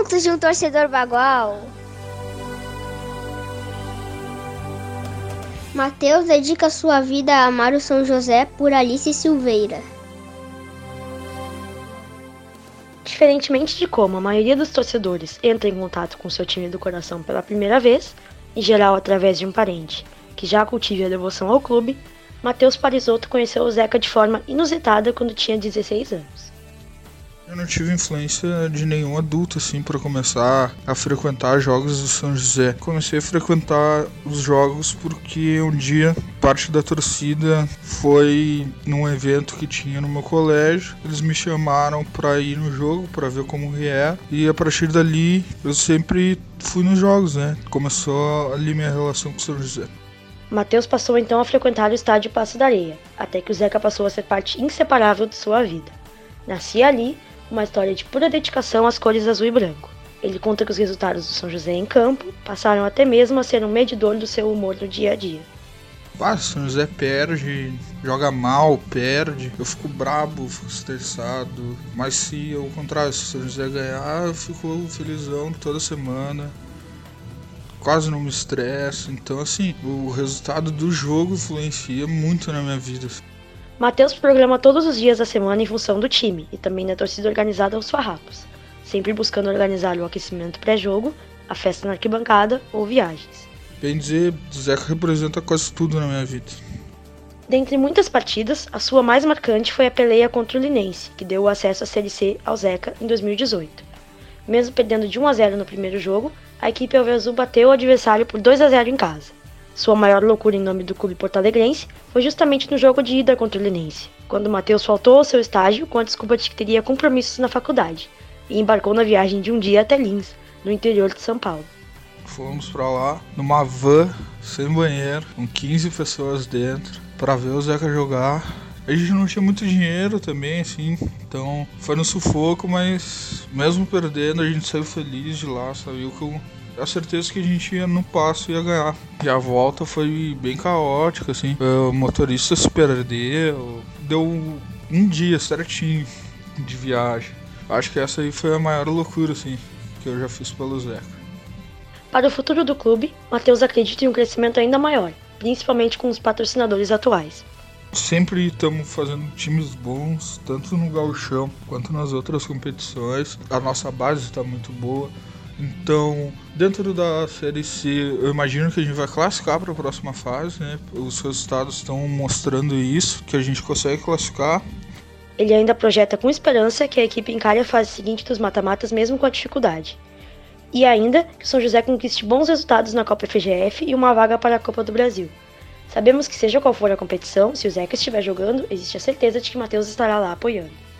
Contos de um torcedor bagual. Mateus dedica sua vida a amar o São José por Alice Silveira. Diferentemente de como a maioria dos torcedores entra em contato com seu time do coração pela primeira vez, em geral através de um parente que já cultive a devoção ao clube, Mateus Parisotto conheceu o Zeca de forma inusitada quando tinha 16 anos. Eu não tive influência de nenhum adulto assim para começar a frequentar jogos do São José. Comecei a frequentar os jogos porque um dia parte da torcida foi num evento que tinha no meu colégio. Eles me chamaram para ir no jogo, para ver como é, e a partir dali eu sempre fui nos jogos, né? Começou ali minha relação com o São José. Mateus passou então a frequentar o estádio Paço da Areia, até que o Zeca passou a ser parte inseparável de sua vida. Nascia ali uma história de pura dedicação às cores azul e branco. Ele conta que os resultados do São José em campo passaram até mesmo a ser um medidor do seu humor no dia a dia. São José perde, joga mal, perde, eu fico brabo, fico estressado, mas se ao contrário, se o São José ganhar, eu fico felizão toda semana, quase não me estresso, então assim, o resultado do jogo influencia muito na minha vida. Mateus programa todos os dias da semana em função do time e também da torcida organizada aos farrapos, sempre buscando organizar o aquecimento pré-jogo, a festa na arquibancada ou viagens. Bem dizer, o Zeca representa quase tudo na minha vida. Dentre muitas partidas, a sua mais marcante foi a peleia contra o Linense, que deu o acesso à Série C ao Zeca em 2018. Mesmo perdendo de 1-0 no primeiro jogo, a equipe alviazul bateu o adversário por 2-0 em casa. Sua maior loucura em nome do clube porto-alegrense foi justamente no jogo de ida contra o Linense, quando Mateus faltou ao seu estágio com a desculpa de que teria compromissos na faculdade, e embarcou na viagem de um dia até Lins, no interior de São Paulo. Fomos pra lá, numa van, sem banheiro, com 15 pessoas dentro, pra ver o Zeca jogar. A gente não tinha muito dinheiro também, assim, então foi no sufoco, mas mesmo perdendo a gente saiu feliz de lá, sabia que a certeza que a gente ia no passo e ia ganhar. E a volta foi bem caótica, assim. O motorista se perdeu. Deu um dia certinho de viagem. Acho que essa aí foi a maior loucura, assim, que eu já fiz pelo Zeca. Para o futuro do clube, Mateus acredita em um crescimento ainda maior, principalmente com os patrocinadores atuais. Sempre estamos fazendo times bons, tanto no gauchão quanto nas outras competições. A nossa base está muito boa. Então, dentro da Série C, eu imagino que a gente vai classificar para a próxima fase, né? Os resultados estão mostrando isso, que a gente consegue classificar. Ele ainda projeta com esperança que a equipe encare a fase seguinte dos mata-matas mesmo com a dificuldade. E ainda que o São José conquiste bons resultados na Copa FGF e uma vaga para a Copa do Brasil. Sabemos que seja qual for a competição, se o Zeca estiver jogando, existe a certeza de que Mateus estará lá apoiando.